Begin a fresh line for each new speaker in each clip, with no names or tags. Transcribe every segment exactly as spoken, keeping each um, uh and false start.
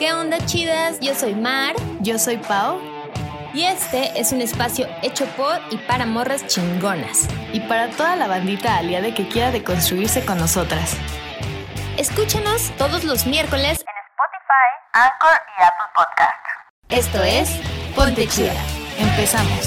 ¿Qué onda, chidas? Yo soy Mar.
Yo soy Pau.
Y este es un espacio hecho por y para morras chingonas.
Y para toda la bandita aliada que quiera deconstruirse con nosotras.
Escúchanos todos los miércoles en
Spotify, Anchor y Apple Podcast.
Esto es Ponte Chida.
Empezamos.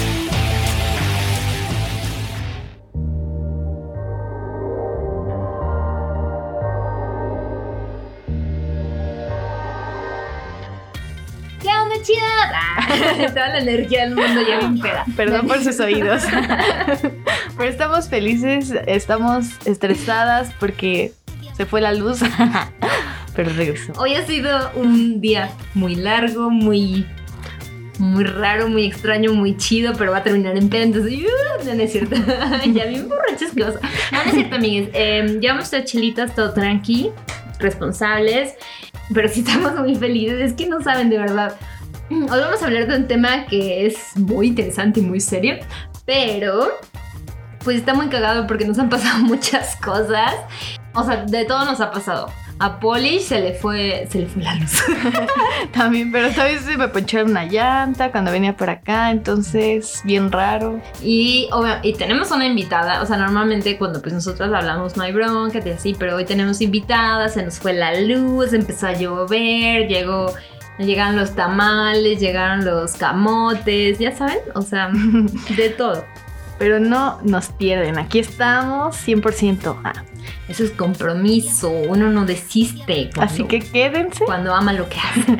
¿Qué onda, chida? Toda la energía del mundo ya bien peda.
Perdón por sus oídos. Pero estamos felices, estamos estresadas porque se fue la luz. Pero regresó.
Hoy ha sido un día muy largo, muy, muy raro, muy extraño, muy chido, pero va a terminar en peda, entonces, uh, no, no es cierto. Ya bien borrachas que vas. No, no es cierto, amigues. Eh, llevamos tres chelitas, todo tranqui, responsables, pero sí estamos muy felices. Es que no saben, de verdad. Hoy vamos a hablar de un tema que es muy interesante y muy serio, pero pues está muy cagado porque nos han pasado muchas cosas. O sea, de todo nos ha pasado. A Polish se le fue, se le fue la luz.
También, pero también se me poncharon una llanta cuando venía por acá, entonces bien raro.
Y, obvio, y tenemos una invitada, o sea, normalmente cuando pues nosotros hablamos no hay bronca y así, pero hoy tenemos invitada, se nos fue la luz, empezó a llover, llegó, llegaron los tamales, llegaron los camotes, ya saben, o sea, de todo.
Pero no nos pierden, aquí estamos cien por ciento. Ah.
Eso es compromiso, uno no desiste.
Cuando, así que quédense.
Cuando ama lo que hace.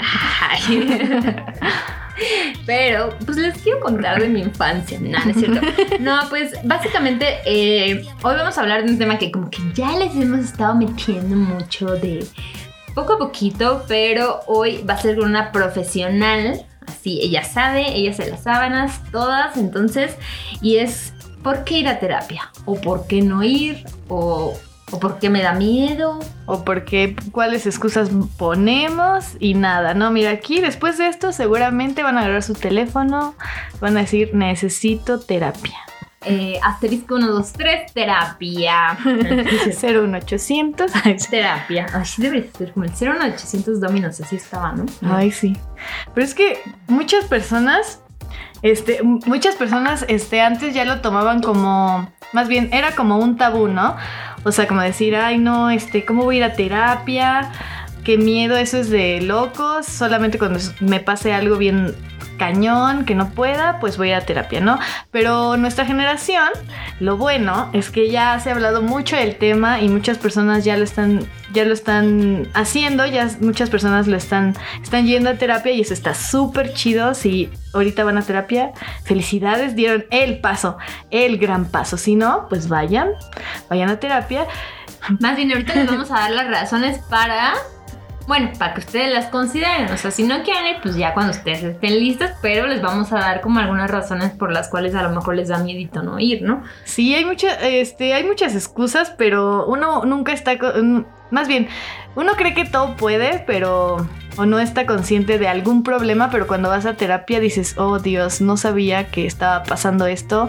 Pero, pues les quiero contar de mi infancia. No, no es cierto. No, pues básicamente eh, hoy vamos a hablar de un tema que como que ya les hemos estado metiendo mucho de poco a poquito, pero hoy va a ser con una profesional. Así, ella sabe, ella se las sábanas, todas, entonces, y es ¿por qué ir a terapia? ¿O por qué no ir? ¿O, o por qué me da miedo?
¿O por qué cuáles excusas ponemos? Y nada, no, mira, aquí después de esto seguramente van a agarrar su teléfono, van a decir, necesito terapia.
Eh, asterisco uno, dos, tres, terapia.
cero uno ochocientos
Terapia. Ay, sí debería ser como el cero uno ochocientos Dominos, así estaba, ¿no?
Ay, sí. Pero es que muchas personas, este, muchas personas, este, antes ya lo tomaban como, más bien, era como un tabú, ¿no? O sea, como decir, ay, no, este, ¿cómo voy a ir a terapia? Qué miedo, eso es de locos. Solamente cuando me pase algo bien cañón, que no pueda, pues voy a terapia, ¿no? Pero nuestra generación, lo bueno es que ya se ha hablado mucho del tema y muchas personas ya lo están, ya lo están haciendo, ya muchas personas lo están, están yendo a terapia y eso está súper chido. Si ahorita van a terapia, felicidades, dieron el paso, el gran paso. Si no, pues vayan, vayan a terapia.
Más bien, ahorita les vamos a dar las razones para... Bueno, para que ustedes las consideren, o sea, si no quieren ir, pues ya cuando ustedes estén listas, pero les vamos a dar como algunas razones por las cuales a lo mejor les da miedito no ir, ¿no?
Sí, hay mucha, este, hay muchas excusas, pero uno nunca está, más bien, uno cree que todo puede, pero, o no está consciente de algún problema, pero cuando vas a terapia dices, oh Dios, no sabía que estaba pasando esto,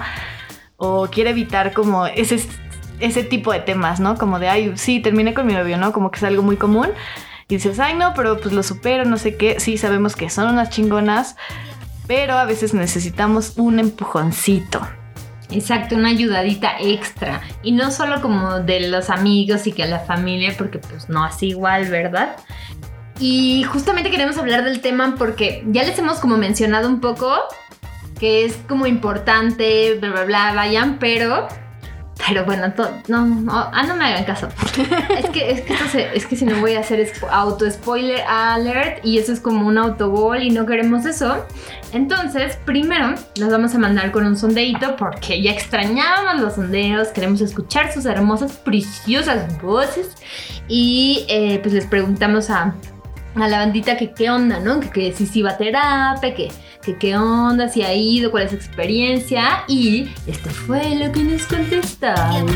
o quiere evitar como ese, ese tipo de temas, ¿no? Como de, ay, sí, terminé con mi novio, ¿no? Como que es algo muy común. Y dices, ay no, pero pues lo supero, no sé qué. Sí, sabemos que son unas chingonas, pero a veces necesitamos un empujoncito.
Exacto, una ayudadita extra. Y no solo como de los amigos y que la familia, porque pues no es igual, ¿verdad? Y justamente queremos hablar del tema porque ya les hemos como mencionado un poco que es como importante, bla, bla, bla, vayan, pero... Pero bueno, to, no, no, ah, no me hagan caso. Es que, es que, entonces, es que si no voy a hacer spo- auto-spoiler alert y eso es como un autogol y no queremos eso. Entonces, primero los vamos a mandar con un sondeíto porque ya extrañábamos los sondeos, queremos escuchar sus hermosas, preciosas voces y eh, pues les preguntamos a, a la bandita que qué onda, ¿no? Que, que si sí va a terapia, que... que qué onda, si ha ido, cuál es su experiencia. Y esto fue lo que nos contestaron.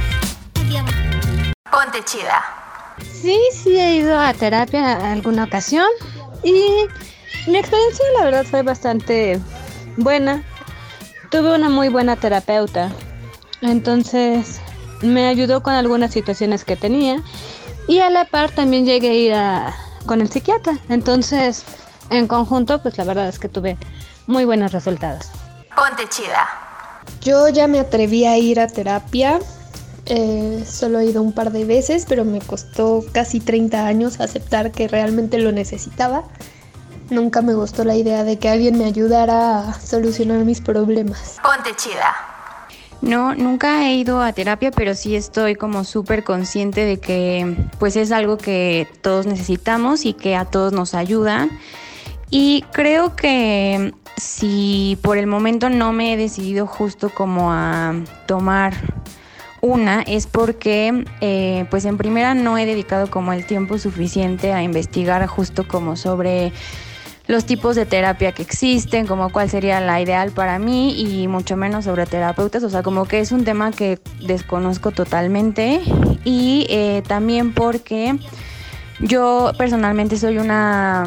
Ponte chida.
Sí, sí he ido a terapia en alguna ocasión y mi experiencia la verdad fue bastante buena. Tuve una muy buena terapeuta, entonces me ayudó con algunas situaciones que tenía y a la par también llegué a ir a con el psiquiatra. Entonces, en conjunto, pues la verdad es que tuve muy buenos resultados.
Ponte chida.
Yo ya me atreví a ir a terapia, eh, solo he ido un par de veces, pero me costó casi treinta años aceptar que realmente lo necesitaba. Nunca me gustó la idea de que alguien me ayudara a solucionar mis problemas.
Ponte chida.
No, nunca he ido a terapia, pero sí estoy como súper consciente de que pues es algo que todos necesitamos y que a todos nos ayuda. Y creo que si por el momento no me he decidido justo como a tomar una, es porque eh, pues en primera no he dedicado como el tiempo suficiente a investigar justo como sobre los tipos de terapia que existen, como cuál sería la ideal para mí y mucho menos sobre terapeutas, o sea, como que es un tema que desconozco totalmente y eh, también porque yo personalmente soy una...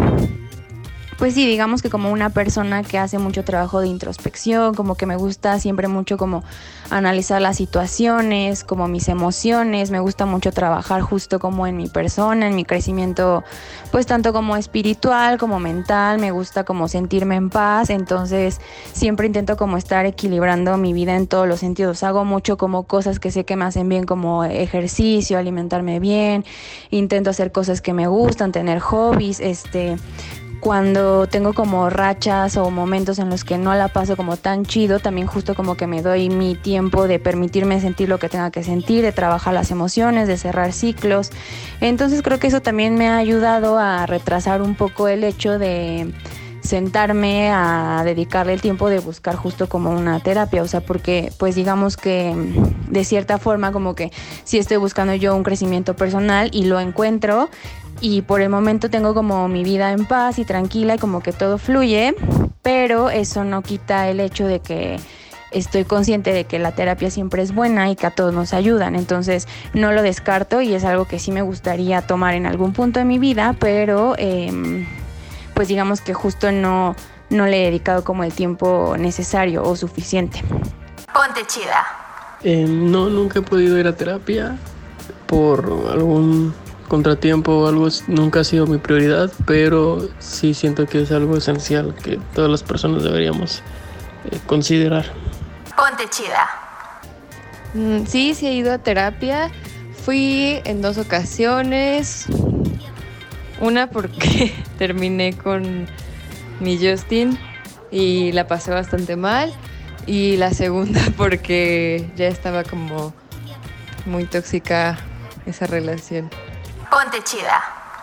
Pues sí, digamos que como una persona que hace mucho trabajo de introspección, como que me gusta siempre mucho como analizar las situaciones, como mis emociones, me gusta mucho trabajar justo como en mi persona, en mi crecimiento, pues tanto como espiritual como mental, me gusta como sentirme en paz, entonces siempre intento como estar equilibrando mi vida en todos los sentidos, hago mucho como cosas que sé que me hacen bien como ejercicio, alimentarme bien, intento hacer cosas que me gustan, tener hobbies, este... Cuando tengo como rachas o momentos en los que no la paso como tan chido, también justo como que me doy mi tiempo de permitirme sentir lo que tenga que sentir, de trabajar las emociones, de cerrar ciclos. Entonces creo que eso también me ha ayudado a retrasar un poco el hecho de sentarme a dedicarle el tiempo de buscar justo como una terapia, o sea, porque pues digamos que de cierta forma como que sí estoy buscando yo un crecimiento personal y lo encuentro y por el momento tengo como mi vida en paz y tranquila y como que todo fluye, pero eso no quita el hecho de que estoy consciente de que la terapia siempre es buena y que a todos nos ayudan, entonces no lo descarto y es algo que sí me gustaría tomar en algún punto de mi vida, pero eh, pues digamos que justo no, no le he dedicado como el tiempo necesario o suficiente.
Ponte chida.
Eh, no, nunca he podido ir a terapia por algún contratiempo o algo, nunca ha sido mi prioridad, pero sí siento que es algo esencial que todas las personas deberíamos eh, considerar.
Ponte chida.
Mm, sí, sí he ido a terapia. Fui en dos ocasiones. Una porque terminé con mi Justin y la pasé bastante mal. Y la segunda porque ya estaba como muy tóxica esa relación.
Ponte chida.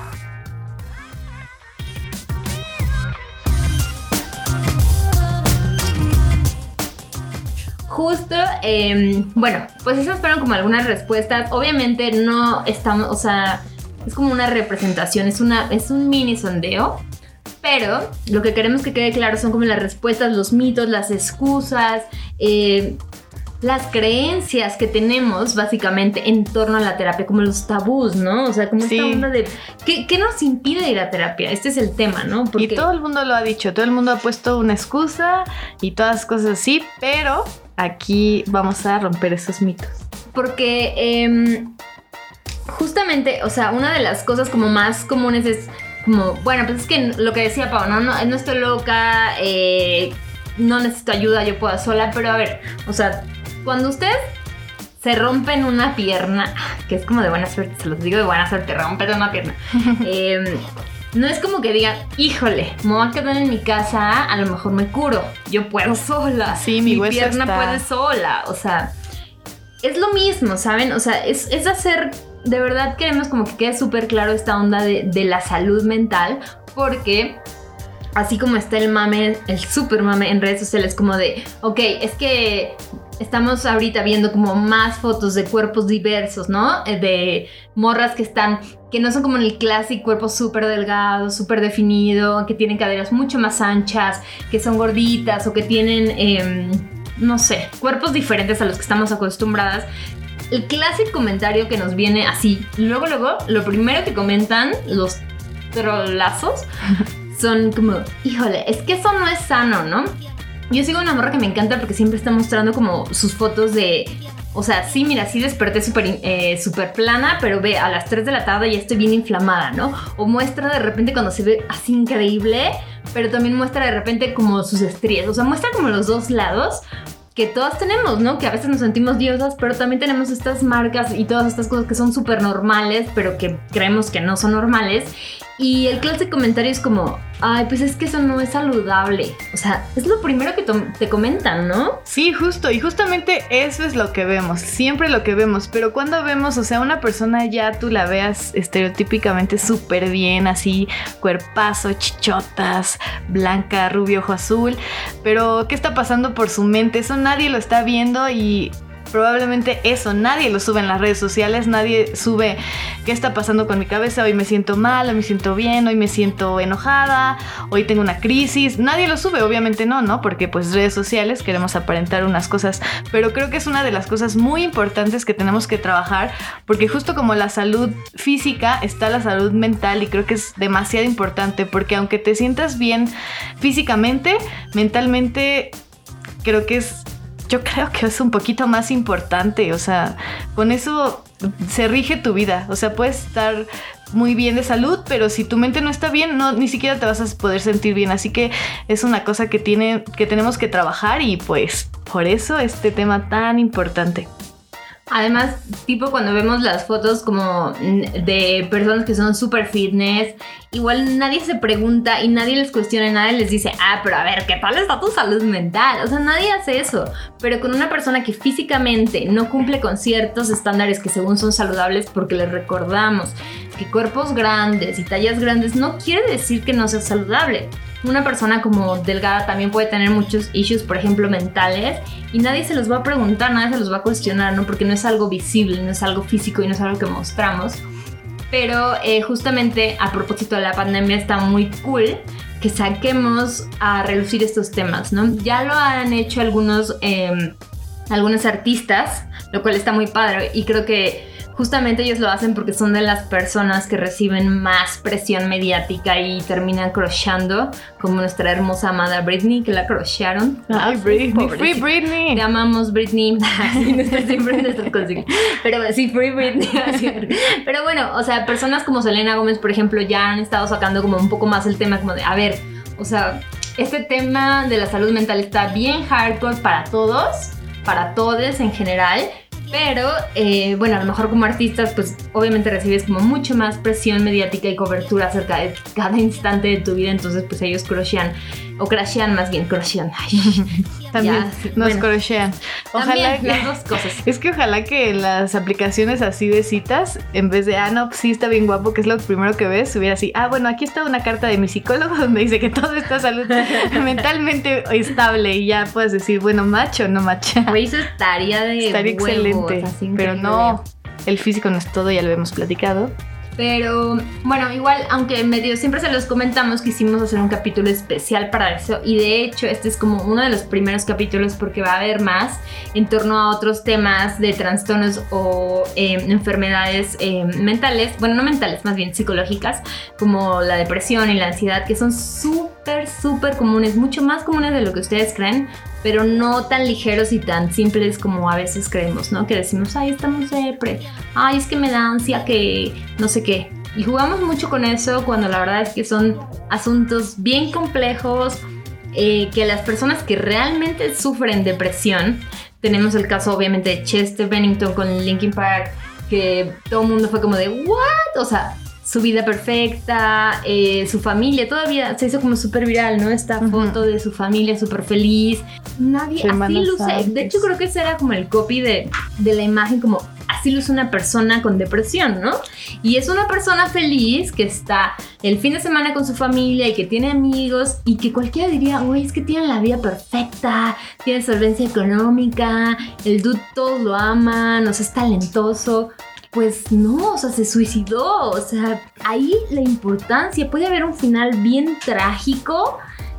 Justo, eh, bueno, pues esas fueron como algunas respuestas. Obviamente no estamos, o sea, es como una representación, es, una, es un mini sondeo. Pero lo que queremos que quede claro son como las respuestas, los mitos, las excusas, eh, las creencias que tenemos básicamente en torno a la terapia, como los tabús, ¿no? O sea, como
Sí.
esta onda de ¿qué, ¿qué nos impide ir a terapia? Este es el tema, ¿no? Porque
Y todo el mundo lo ha dicho, todo el mundo ha puesto una excusa y todas cosas así, pero aquí vamos a romper esos mitos.
Porque eh, justamente, o sea, una de las cosas como más comunes es como, bueno, pues es que lo que decía Pau, no, no, no estoy loca, eh, no necesito ayuda, yo puedo sola, pero a ver, o sea, cuando ustedes se rompen una pierna, que es como de buena suerte, se los digo de buena suerte, rompen una pierna, eh, no es como que digan, híjole, me voy a quedar en mi casa, a lo mejor me curo, yo puedo sola,
Sí, mi
mi
hueso
pierna
está-
puede sola, o sea, es lo mismo, ¿saben? O sea, es, es hacer, de verdad queremos como que quede súper claro esta onda de, de la salud mental, porque así como está el mame, el super mame en redes sociales, como de, ok, es que estamos ahorita viendo como más fotos de cuerpos diversos, ¿no? Eh, De morras que están, que no son como el clásico cuerpo súper delgado, súper definido, que tienen caderas mucho más anchas, que son gorditas o que tienen, eh, no sé, cuerpos diferentes a los que estamos acostumbradas. El clásico comentario que nos viene así, luego, luego, lo primero que comentan los trolazos son como, híjole, es que eso no es sano, ¿no? Yo sigo una morra que me encanta porque siempre está mostrando como sus fotos de O sea, sí, mira, sí desperté súper eh, súper plana, pero ve, a las tres de la tarde ya estoy bien inflamada, ¿no? O muestra de repente cuando se ve así increíble, pero también muestra de repente como sus estrías. O sea, muestra como los dos lados que todas tenemos, ¿no? Que a veces nos sentimos diosas, pero también tenemos estas marcas y todas estas cosas que son súper normales, pero que creemos que no son normales. Y el clásico comentario es como, ay, pues es que eso no es saludable. O sea, es lo primero que te comentan, ¿no?
Sí, justo. Y justamente eso es lo que vemos. Siempre lo que vemos. Pero cuando vemos, o sea, una persona ya tú la veas estereotípicamente súper bien, así, cuerpazo, chichotas, blanca, rubio, ojo azul. Pero, ¿qué está pasando por su mente? Eso nadie lo está viendo y... probablemente eso, nadie lo sube en las redes sociales, nadie sube qué está pasando con mi cabeza, hoy me siento mal, hoy me siento bien, hoy me siento enojada, hoy tengo una crisis, nadie lo sube, obviamente no, ¿no? Porque pues redes sociales queremos aparentar unas cosas, pero creo que es una de las cosas muy importantes que tenemos que trabajar, porque justo como la salud física está la salud mental y creo que es demasiado importante, porque aunque te sientas bien físicamente, mentalmente creo que es... yo creo que es un poquito más importante, o sea, con eso se rige tu vida, o sea, puedes estar muy bien de salud, pero si tu mente no está bien, no, ni siquiera te vas a poder sentir bien, así que es una cosa que, tiene, que tenemos que trabajar y pues por eso este tema tan importante.
Además, tipo cuando vemos las fotos como de personas que son súper fitness, igual nadie se pregunta y nadie les cuestiona y nadie les dice, ah, pero a ver, ¿qué tal está tu salud mental? O sea, nadie hace eso. Pero con una persona que físicamente no cumple con ciertos estándares que según son saludables, porque les recordamos que cuerpos grandes y tallas grandes no quiere decir que no sea saludable. Una persona como delgada también puede tener muchos issues, por ejemplo, mentales, y nadie se los va a preguntar, nadie se los va a cuestionar, ¿no? Porque no es algo visible, no es algo físico y no es algo que mostramos. Pero eh, justamente a propósito de la pandemia está muy cool que saquemos a relucir estos temas, ¿no? Ya lo han hecho algunos, eh, algunos artistas, lo cual está muy padre, y creo que justamente ellos lo hacen porque son de las personas que reciben más presión mediática y terminan crocheando, como nuestra hermosa amada Britney, que la crochearon.
Ay, Britney, free Britney.
Te amamos, Britney. Siempre nuestras cosas. Pero sí, free Britney. Pero bueno, o sea, personas como Selena Gómez, por ejemplo, ya han estado sacando como un poco más el tema, como de, a ver, o sea, este tema de la salud mental está bien hardcore para todos, para todos en general. Pero, eh, bueno, a lo mejor como artistas, pues obviamente recibes como mucho más presión mediática y cobertura acerca de cada instante de tu vida. Entonces, pues ellos crochean, o crashean más bien, crochean.
También
ya, sí,
nos
bueno,
crochean. Ojalá
también,
que,
las dos cosas.
Es que ojalá que las aplicaciones así de citas, en vez de, ah, no, pues sí está bien guapo, que es lo primero que ves, hubiera así, ah, bueno, aquí está una carta de mi psicólogo donde dice que todo está salud mentalmente estable y ya puedes decir, bueno, macho o no macho.
Güey, eso estaría de
Estaría
huevos,
excelente,
así,
pero no, el físico no es todo, ya lo hemos platicado.
Pero bueno, igual, aunque medio siempre se los comentamos, quisimos hacer un capítulo especial para eso. Y de hecho, este es como uno de los primeros capítulos porque va a haber más en torno a otros temas de trastornos o eh, enfermedades eh, mentales. Bueno, no mentales, más bien psicológicas, como la depresión y la ansiedad, que son súper, súper comunes, mucho más comunes de lo que ustedes creen, pero no tan ligeros y tan simples como a veces creemos, ¿no? Que decimos, ay, estamos depre, ay, es que me da ansia que no sé qué. Y jugamos mucho con eso cuando la verdad es que son asuntos bien complejos, eh, que las personas que realmente sufren depresión, tenemos el caso obviamente de Chester Bennington con Linkin Park, que todo el mundo fue como de, ¿what? O sea, su vida perfecta, eh, su familia, todavía se hizo como súper viral, ¿no? Esta uh-huh. foto de su familia súper feliz. Nadie, así luce. De hecho, creo que ese era como el copy de, de la imagen, como así luce una persona con depresión, ¿no? Y es una persona feliz que está el fin de semana con su familia y que tiene amigos y que cualquiera diría, güey, es que tiene la vida perfecta, tiene solvencia económica, el dude todos lo aman, o sea, es talentoso. Pues no, o sea, se suicidó, o sea, ahí la importancia, puede haber un final bien trágico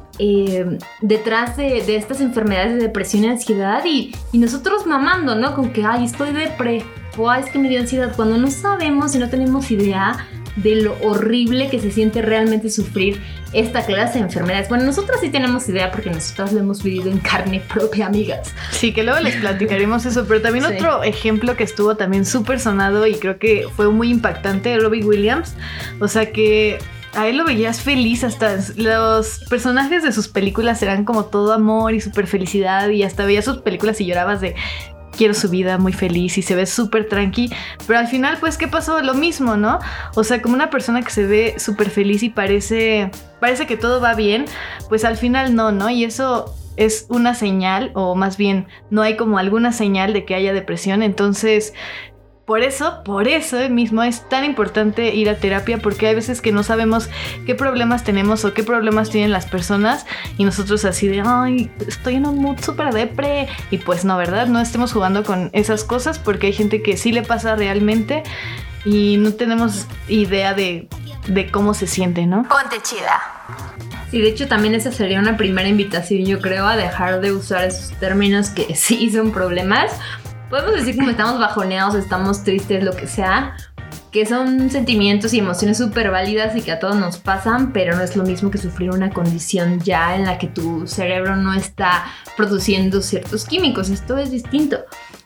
eh, detrás de, de estas enfermedades de depresión y ansiedad y, y nosotros mamando, ¿no? Con que, ay, estoy depre, o ay, es que me dio ansiedad, cuando no sabemos y no tenemos idea de lo horrible que se siente realmente sufrir esta clase de enfermedades. Bueno, nosotros sí tenemos idea porque nosotros lo hemos vivido en carne propia, amigas.
Sí, que luego les platicaremos eso, pero también sí. Otro ejemplo que estuvo también súper sonado y creo que fue muy impactante, Robbie Williams. O sea que a él lo veías feliz, hasta los personajes de sus películas eran como todo amor y súper felicidad, y hasta veías sus películas y llorabas de quiero su vida muy feliz y se ve súper tranqui, pero al final pues ¿qué pasó? Lo mismo, ¿no? O sea, como una persona que se ve súper feliz y parece, parece que todo va bien, pues al final no, ¿no? Y eso es una señal, o más bien no hay como alguna señal de que haya depresión. Entonces por eso, por eso mismo es tan importante ir a terapia, porque hay veces que no sabemos qué problemas tenemos o qué problemas tienen las personas y nosotros así de, ay, estoy en un mood súper depre, y pues no, ¿verdad? No estemos jugando con esas cosas, porque hay gente que sí le pasa realmente y no tenemos idea de, de cómo se siente, ¿no?
Ponte chida.
Sí, de hecho también esa sería una primera invitación, yo creo, a dejar de usar esos términos que sí son problemas. Podemos decir como estamos bajoneados, estamos tristes, lo que sea, que son sentimientos y emociones súper válidas y que a todos nos pasan, pero no es lo mismo que sufrir una condición ya en la que tu cerebro no está produciendo ciertos químicos. Esto es distinto.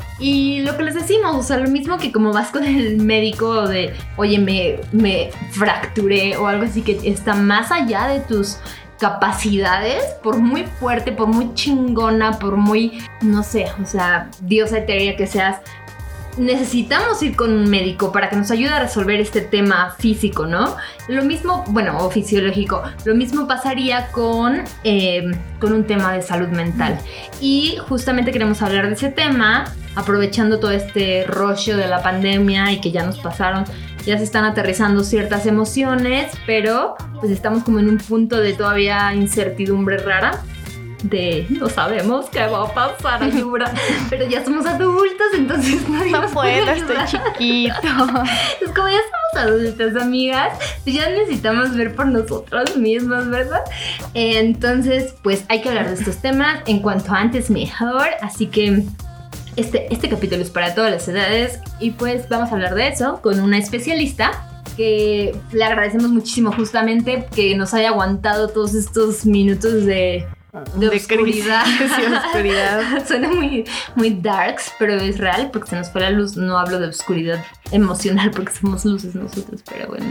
Y lo que les decimos, o sea, lo mismo que como vas con el médico de, oye, me, me fracturé o algo así que está más allá de tus capacidades, por muy fuerte, por muy chingona, por muy, no sé, o sea, diosa etérea que seas, necesitamos ir con un médico para que nos ayude a resolver este tema físico, ¿no? Lo mismo, bueno, o fisiológico, lo mismo pasaría con, eh, con un tema de salud mental. Y justamente queremos hablar de ese tema, aprovechando todo este rollo de la pandemia y que ya nos pasaron, ya se están aterrizando ciertas emociones, pero pues estamos como en un punto de todavía incertidumbre rara, de no sabemos qué va a pasar, ayuda, pero ya somos adultos, entonces nadie
no
nos
puedo,
puede
estoy
ayudar.
chiquito.
Es como ya somos adultos, amigas, pues ya necesitamos ver por nosotros mismos, ¿verdad? Entonces, pues hay que hablar de estos temas en cuanto antes mejor, así que Este, este capítulo es para todas las edades y pues vamos a hablar de eso con una especialista que le agradecemos muchísimo justamente que nos haya aguantado todos estos minutos de, de,
de
oscuridad.
Crisis y oscuridad.
Suena muy, muy darks, pero es real porque se nos fue la luz. No hablo de oscuridad emocional porque somos luces nosotros, pero bueno.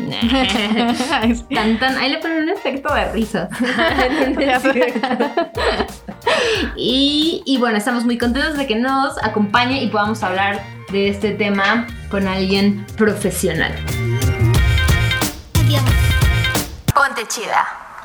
Tan, tan, ahí le ponen un efecto de risa. y, y bueno, estamos muy contentos de que nos acompañe y podamos hablar de este tema con alguien profesional.
Ponte chida.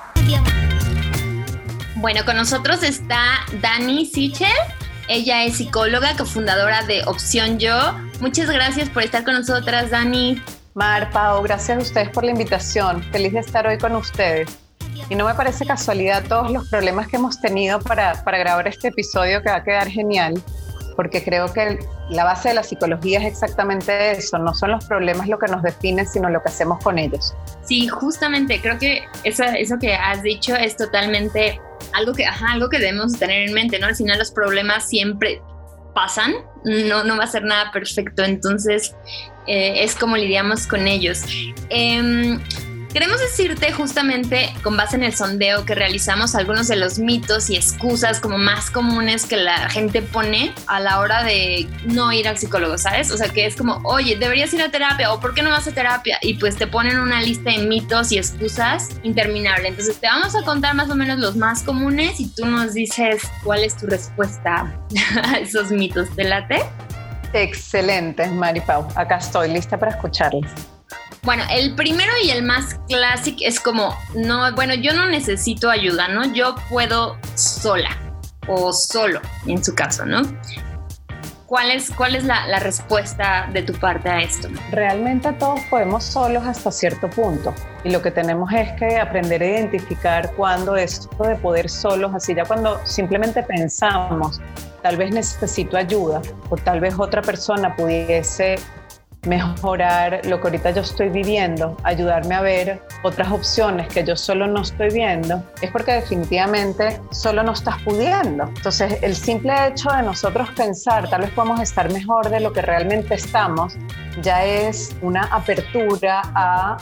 Bueno, con nosotros está Dani Sichel. Ella es psicóloga, cofundadora de Opción Yo. Muchas gracias por estar con nosotras, Dani.
Mar, Pau, gracias a ustedes por la invitación. Feliz de estar hoy con ustedes. Y no me parece casualidad todos los problemas que hemos tenido para, para grabar este episodio, que va a quedar genial, porque creo que la base de la psicología es exactamente eso. No son los problemas lo que nos define, sino lo que hacemos con ellos.
Sí, justamente, creo que eso, eso que has dicho es totalmente algo que, ajá, algo que debemos tener en mente, ¿no? Al final los problemas siempre pasan, no, no va a ser nada perfecto, entonces eh, es como lidiamos con ellos. Eh, Queremos decirte justamente, con base en el sondeo que realizamos, algunos de los mitos y excusas como más comunes que la gente pone a la hora de no ir al psicólogo, ¿sabes? O sea, que es como, oye, deberías ir a terapia, o ¿por qué no vas a terapia? Y pues te ponen una lista de mitos y excusas interminable. Entonces te vamos a contar más o menos los más comunes y tú nos dices cuál es tu respuesta a esos mitos. ¿Te late?
Excelente, Mari Pau. Acá estoy, lista para escucharles.
Bueno, el primero y el más clásico es como, no, bueno, yo no necesito ayuda, ¿no? Yo puedo sola o solo, en su caso, ¿no? ¿Cuál es, cuál es la, la respuesta de tu parte a esto?
Realmente todos podemos solos hasta cierto punto. Y lo que tenemos es que aprender a identificar cuándo esto de poder solos, así ya cuando simplemente pensamos, tal vez necesito ayuda o tal vez otra persona pudiese mejorar lo que ahorita yo estoy viviendo, ayudarme a ver otras opciones que yo solo no estoy viendo, es porque definitivamente solo no estás pudiendo. Entonces, el simple hecho de nosotros pensar, tal vez podemos estar mejor de lo que realmente estamos, ya es una apertura a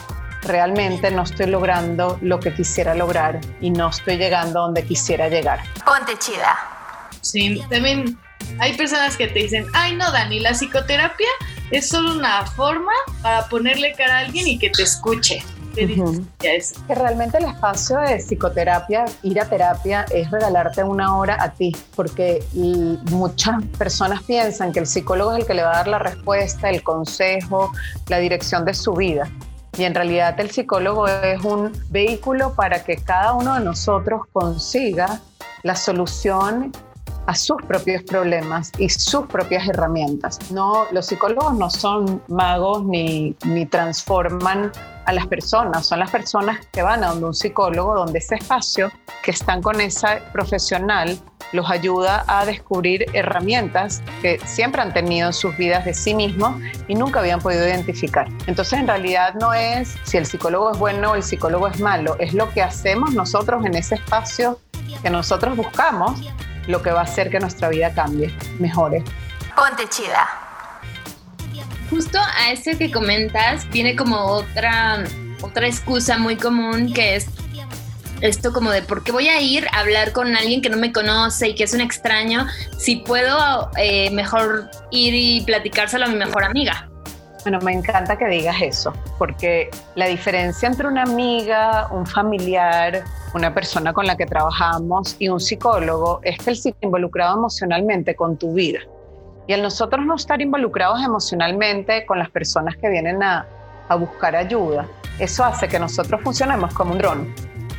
realmente no estoy logrando lo que quisiera lograr y no estoy llegando a donde quisiera llegar.
Ponte chida.
Sí, también hay personas que te dicen, ay no, Dani, la psicoterapia es solo una forma para ponerle cara a alguien y que te escuche.
Uh-huh. Que realmente el espacio de psicoterapia, ir a terapia, es regalarte una hora a ti, porque muchas personas piensan que el psicólogo es el que le va a dar la respuesta, el consejo, la dirección de su vida. Y en realidad el psicólogo es un vehículo para que cada uno de nosotros consiga la solución a sus propios problemas y sus propias herramientas. No, los psicólogos no son magos ni, ni transforman a las personas, son las personas que van a donde un psicólogo, donde ese espacio que están con esa profesional los ayuda a descubrir herramientas que siempre han tenido en sus vidas de sí mismos y nunca habían podido identificar. Entonces, en realidad no es si el psicólogo es bueno o el psicólogo es malo, es lo que hacemos nosotros en ese espacio que nosotros buscamos, lo que va a hacer que nuestra vida cambie, mejore.
Ponte chida.
Justo a eso que comentas viene como otra, otra excusa muy común, que es esto como de ¿por qué voy a ir a hablar con alguien que no me conoce y que es un extraño si puedo eh, mejor ir y platicárselo a mi mejor amiga?
Bueno, me encanta que digas eso, porque la diferencia entre una amiga, un familiar, una persona con la que trabajamos y un psicólogo es que él sí está involucrado emocionalmente con tu vida. Y al nosotros no estar involucrados emocionalmente con las personas que vienen a, a buscar ayuda, eso hace que nosotros funcionemos como un dron.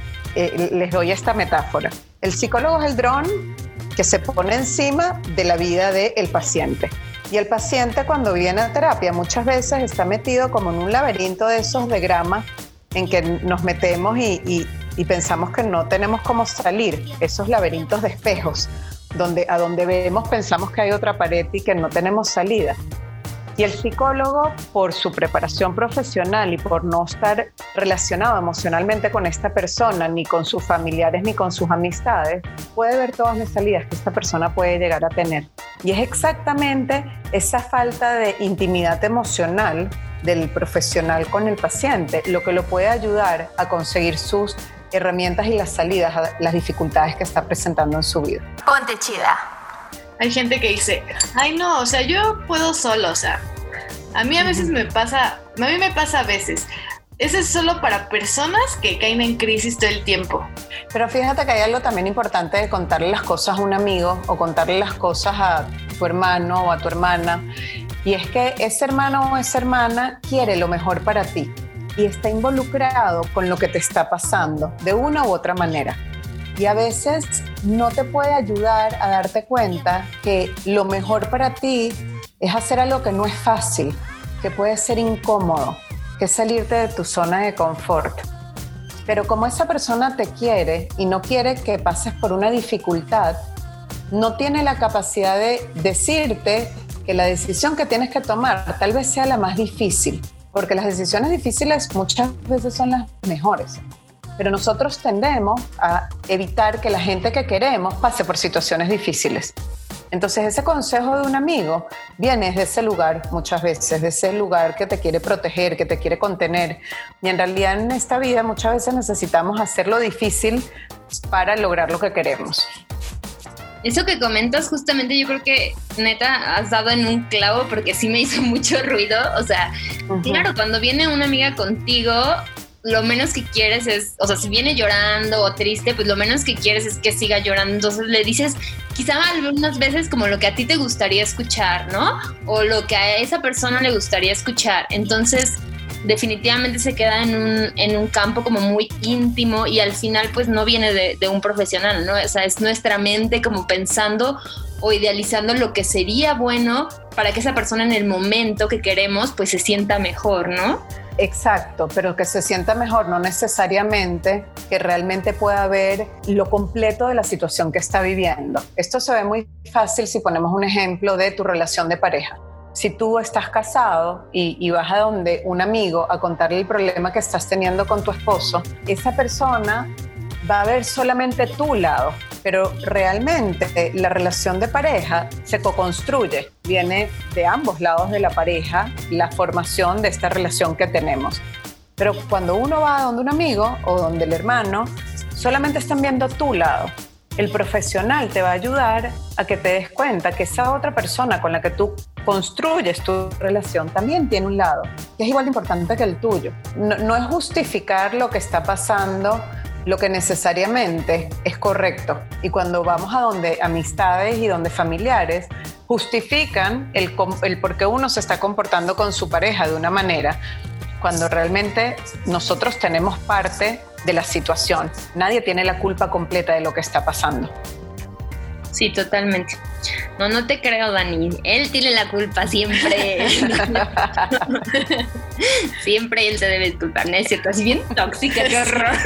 Eh, les doy esta metáfora. El psicólogo es el dron que se pone encima de la vida del paciente. Y el paciente cuando viene a terapia muchas veces está metido como en un laberinto de esos de grama en que nos metemos y, y, y pensamos que no tenemos cómo salir. Esos laberintos de espejos, donde a donde vemos pensamos que hay otra pared y que no tenemos salida. Y el psicólogo, por su preparación profesional y por no estar relacionado emocionalmente con esta persona, ni con sus familiares, ni con sus amistades, puede ver todas las salidas que esta persona puede llegar a tener. Y es exactamente esa falta de intimidad emocional del profesional con el paciente lo que lo puede ayudar a conseguir sus herramientas y las salidas a las dificultades que está presentando en su vida.
Ponte chida.
Hay gente que dice, ay no, o sea, yo puedo solo, o sea, a mí a veces me pasa, a mí me pasa a veces. Eso es solo para personas que caen en crisis todo el tiempo.
Pero fíjate que hay algo también importante de contarle las cosas a un amigo o contarle las cosas a tu hermano o a tu hermana. Y es que ese hermano o esa hermana quiere lo mejor para ti y está involucrado con lo que te está pasando de una u otra manera. Y a veces no te puede ayudar a darte cuenta que lo mejor para ti es hacer algo que no es fácil, que puede ser incómodo, que es salirte de tu zona de confort. Pero como esa persona te quiere y no quiere que pases por una dificultad, no tiene la capacidad de decirte que la decisión que tienes que tomar tal vez sea la más difícil, porque las decisiones difíciles muchas veces son las mejores. Pero nosotros tendemos a evitar que la gente que queremos pase por situaciones difíciles. Entonces ese consejo de un amigo viene de ese lugar muchas veces, de ese lugar que te quiere proteger, que te quiere contener. Y en realidad en esta vida muchas veces necesitamos hacerlo difícil para lograr lo que queremos.
Eso que comentas justamente yo creo que neta has dado en un clavo porque sí me hizo mucho ruido. O sea, uh-huh. Claro, cuando viene una amiga contigo, lo menos que quieres es, o sea, si viene llorando o triste, pues lo menos que quieres es que siga llorando. Entonces le dices quizá algunas veces como lo que a ti te gustaría escuchar, ¿no? O lo que a esa persona le gustaría escuchar. Entonces definitivamente se queda en un, en un campo como muy íntimo y al final pues no viene de, de un profesional, ¿no? O sea, es nuestra mente como pensando o idealizando lo que sería bueno para que esa persona en el momento que queremos pues se sienta mejor, ¿no?
Exacto, pero que se sienta mejor no necesariamente que realmente pueda ver lo completo de la situación que está viviendo. Esto se ve muy fácil si ponemos un ejemplo de tu relación de pareja. Si tú estás casado y, y vas a donde un amigo a contarle el problema que estás teniendo con tu esposo, esa persona va a ver solamente tu lado, pero realmente la relación de pareja se co-construye, viene de ambos lados de la pareja la formación de esta relación que tenemos. Pero cuando uno va donde un amigo o donde el hermano, solamente están viendo tu lado. El profesional te va a ayudar a que te des cuenta que esa otra persona con la que tú construyes tu relación también tiene un lado, que es igual de importante que el tuyo. No, no es justificar lo que está pasando, lo que necesariamente es correcto. Y cuando vamos a donde amistades y donde familiares justifican el, el por qué uno se está comportando con su pareja de una manera, cuando realmente nosotros tenemos parte de la situación. Nadie tiene la culpa completa de lo que está pasando.
Sí, totalmente. No, no te creo, Dani. Él tiene la culpa siempre. Siempre él se debe disculpar, ¿no es cierto? Así bien tóxica, qué horror.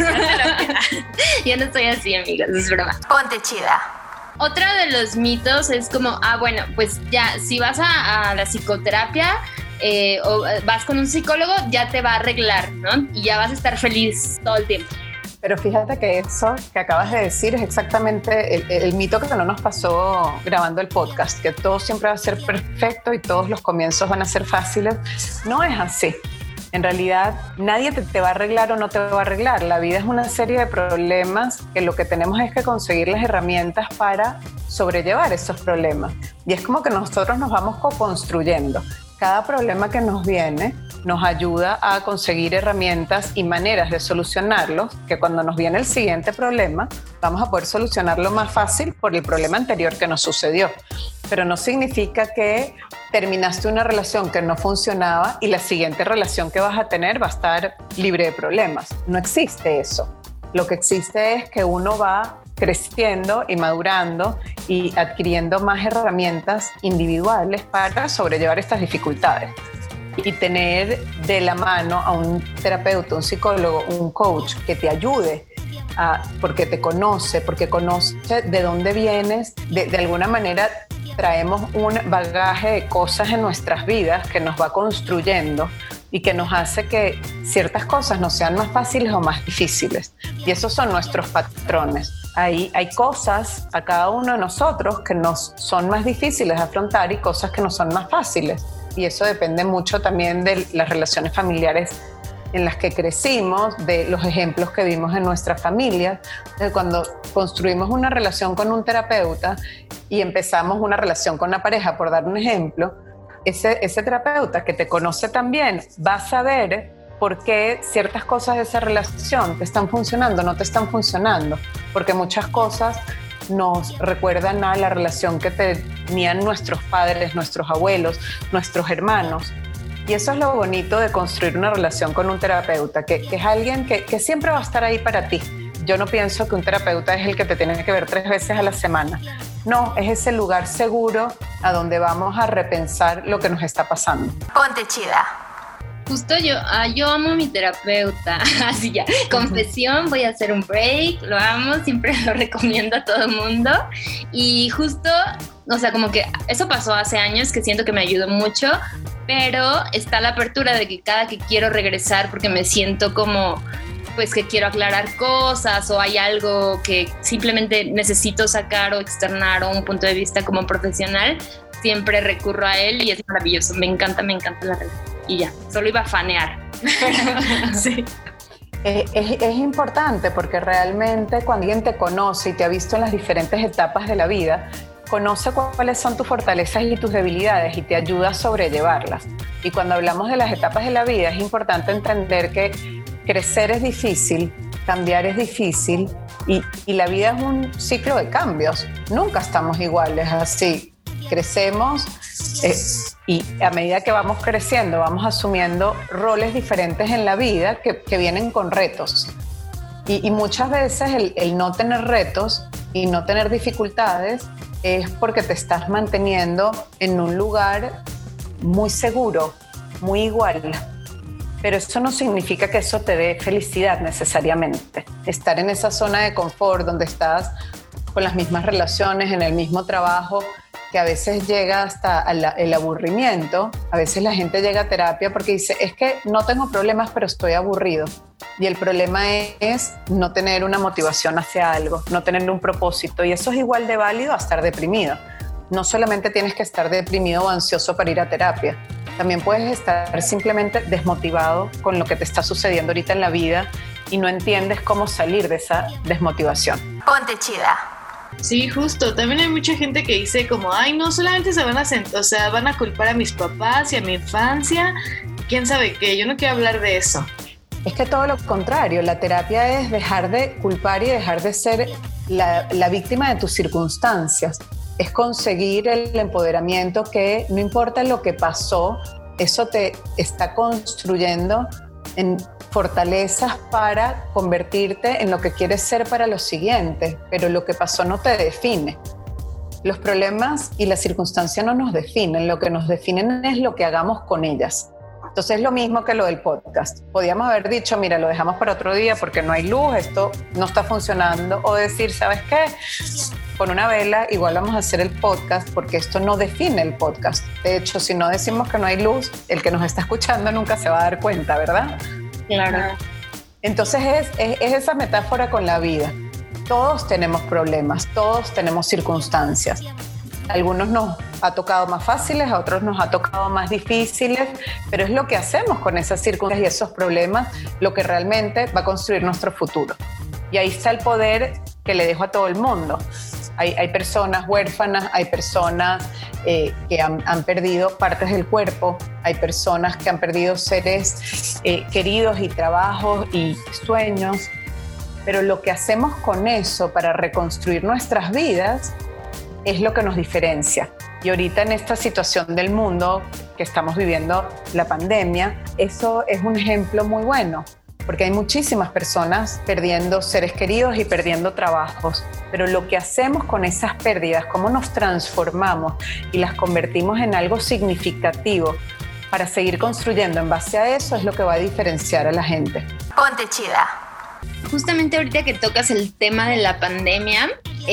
Yo no soy así, amigos, es broma.
Ponte chida.
Otro de los mitos es como, ah, bueno, pues ya, si vas a, a la psicoterapia eh, o vas con un psicólogo, ya te va a arreglar, ¿no? Y ya vas a estar feliz todo el tiempo.
Pero fíjate que eso que acabas de decir es exactamente el, el mito que no nos pasó grabando el podcast, que todo siempre va a ser perfecto y todos los comienzos van a ser fáciles. No es así. En realidad, nadie te, te va a arreglar o no te va a arreglar. La vida es una serie de problemas que lo que tenemos es que conseguir las herramientas para sobrellevar esos problemas. Y es como que nosotros nos vamos co-construyendo. Cada problema que nos viene nos ayuda a conseguir herramientas y maneras de solucionarlos, que cuando nos viene el siguiente problema, vamos a poder solucionarlo más fácil por el problema anterior que nos sucedió. Pero no significa que terminaste una relación que no funcionaba y la siguiente relación que vas a tener va a estar libre de problemas. No existe eso. Lo que existe es que uno va creciendo y madurando y adquiriendo más herramientas individuales para sobrellevar estas dificultades. Y tener de la mano a un terapeuta, un psicólogo, un coach que te ayude a, porque te conoce, porque conoce de dónde vienes, de, de alguna manera traemos un bagaje de cosas en nuestras vidas que nos va construyendo y que nos hace que ciertas cosas nos sean más fáciles o más difíciles. Y esos son nuestros patrones. Hay, hay cosas a cada uno de nosotros que nos son más difíciles de afrontar y cosas que nos son más fáciles. Y eso depende mucho también de las relaciones familiares en las que crecimos, de los ejemplos que vimos en nuestras familias. Cuando construimos una relación con un terapeuta y empezamos una relación con una pareja, por dar un ejemplo, ese, ese terapeuta que te conoce también va a saber por qué ciertas cosas de esa relación te están funcionando, no te están funcionando, porque muchas cosas nos recuerdan a la relación que tenían nuestros padres, nuestros abuelos, nuestros hermanos. Y eso es lo bonito de construir una relación con un terapeuta, que, que es alguien que, que siempre va a estar ahí para ti. Yo no pienso que un terapeuta es el que te tiene que ver tres veces a la semana. No, es ese lugar seguro a donde vamos a repensar lo que nos está pasando.
Ponte chida.
Justo yo, ah, yo amo a mi terapeuta, así ya, confesión, voy a hacer un break, lo amo, siempre lo recomiendo a todo el mundo y justo, o sea, como que eso pasó hace años que siento que me ayudó mucho, pero está la apertura de que cada que quiero regresar porque me siento como, pues que quiero aclarar cosas o hay algo que simplemente necesito sacar o externar o un punto de vista como profesional, siempre recurro a él y es maravilloso, me encanta, me encanta la relación. Y ya, solo iba a fanear.
Sí. Es, es, es importante porque realmente cuando alguien te conoce y te ha visto en las diferentes etapas de la vida, conoce cuáles son tus fortalezas y tus debilidades y te ayuda a sobrellevarlas. Y cuando hablamos de las etapas de la vida, es importante entender que crecer es difícil, cambiar es difícil y, y la vida es un ciclo de cambios. Nunca estamos iguales, así. Crecemos eh, y a medida que vamos creciendo vamos asumiendo roles diferentes en la vida que, que vienen con retos y, y muchas veces el, el no tener retos y no tener dificultades es porque te estás manteniendo en un lugar muy seguro, muy igual, pero eso no significa que eso te dé felicidad necesariamente. Estar en esa zona de confort donde estás con las mismas relaciones, en el mismo trabajo, que a veces llega hasta el aburrimiento. A veces la gente llega a terapia porque dice, es que no tengo problemas, pero estoy aburrido. Y el problema es no tener una motivación hacia algo, no tener un propósito. Y eso es igual de válido a estar deprimido. No solamente tienes que estar deprimido o ansioso para ir a terapia. También puedes estar simplemente desmotivado con lo que te está sucediendo ahorita en la vida y no entiendes cómo salir de esa desmotivación.
Ponte chida.
Sí, justo. También hay mucha gente que dice como, ay, no, solamente se van a sent- o sea, van a culpar a mis papás y a mi infancia. ¿Quién sabe qué? Yo no quiero hablar de eso.
Es que todo lo contrario, la terapia es dejar de culpar y dejar de ser la, la víctima de tus circunstancias. Es conseguir el empoderamiento que no importa lo que pasó, eso te está construyendo en fortalezas para convertirte en lo que quieres ser para lo siguiente, pero lo que pasó no te define. Los problemas y las circunstancias no nos definen, lo que nos definen es lo que hagamos con ellas. Entonces es lo mismo que lo del podcast. Podíamos haber dicho, mira, lo dejamos para otro día porque no hay luz, esto no está funcionando, o decir, ¿sabes qué? Con una vela igual vamos a hacer el podcast porque esto no define el podcast. De hecho, si no decimos que no hay luz, el que nos está escuchando nunca se va a dar cuenta, ¿verdad?
Claro.
Entonces es, es, es esa metáfora con la vida. Todos tenemos problemas, todos tenemos circunstancias. A algunos nos ha tocado más fáciles, a otros nos ha tocado más difíciles, pero es lo que hacemos con esas circunstancias y esos problemas lo que realmente va a construir nuestro futuro. Y ahí está el poder que le dejo a todo el mundo. Hay, hay personas huérfanas, hay personas eh, que han, han perdido partes del cuerpo, hay personas que han perdido seres eh, queridos y trabajos y sueños, pero lo que hacemos con eso para reconstruir nuestras vidas es lo que nos diferencia. Y ahorita en esta situación del mundo que estamos viviendo, la pandemia, eso es un ejemplo muy bueno, porque hay muchísimas personas perdiendo seres queridos y perdiendo trabajos, pero lo que hacemos con esas pérdidas, cómo nos transformamos y las convertimos en algo significativo para seguir construyendo en base a eso, es lo que va a diferenciar a la gente.
Ponte chida.
Justamente ahorita que tocas el tema de la pandemia,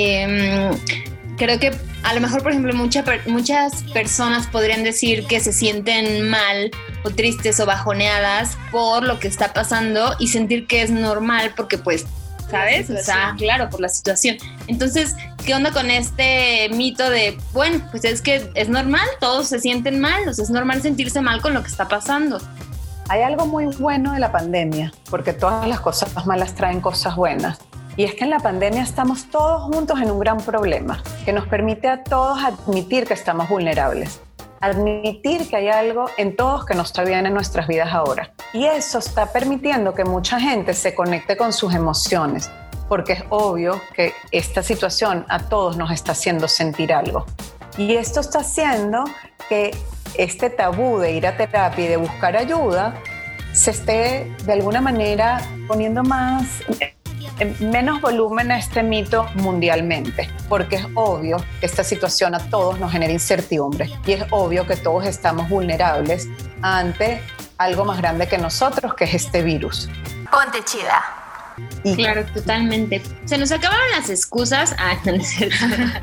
eh, creo que a lo mejor, por ejemplo, mucha, muchas personas podrían decir que se sienten mal o tristes o bajoneadas por lo que está pasando y sentir que es normal porque pues, ¿sabes? O sea, claro, por la situación. Entonces, ¿qué onda con este mito de, bueno, pues es que es normal, todos se sienten mal, o sea, es normal sentirse mal con lo que está pasando?
Hay algo muy bueno de la pandemia, porque todas las cosas malas traen cosas buenas. Y es que en la pandemia estamos todos juntos en un gran problema que nos permite a todos admitir que estamos vulnerables, admitir que hay algo en todos que no está bien en nuestras vidas ahora. Y eso está permitiendo que mucha gente se conecte con sus emociones, porque es obvio que esta situación a todos nos está haciendo sentir algo. Y esto está haciendo que este tabú de ir a terapia y de buscar ayuda se esté de alguna manera poniendo más... menos volumen a este mito mundialmente, porque es obvio que esta situación a todos nos genera incertidumbre y es obvio que todos estamos vulnerables ante algo más grande que nosotros, que es este virus.
Ponte chida.
Y claro, totalmente. Se nos acabaron las excusas. Ah, no, no es cierto.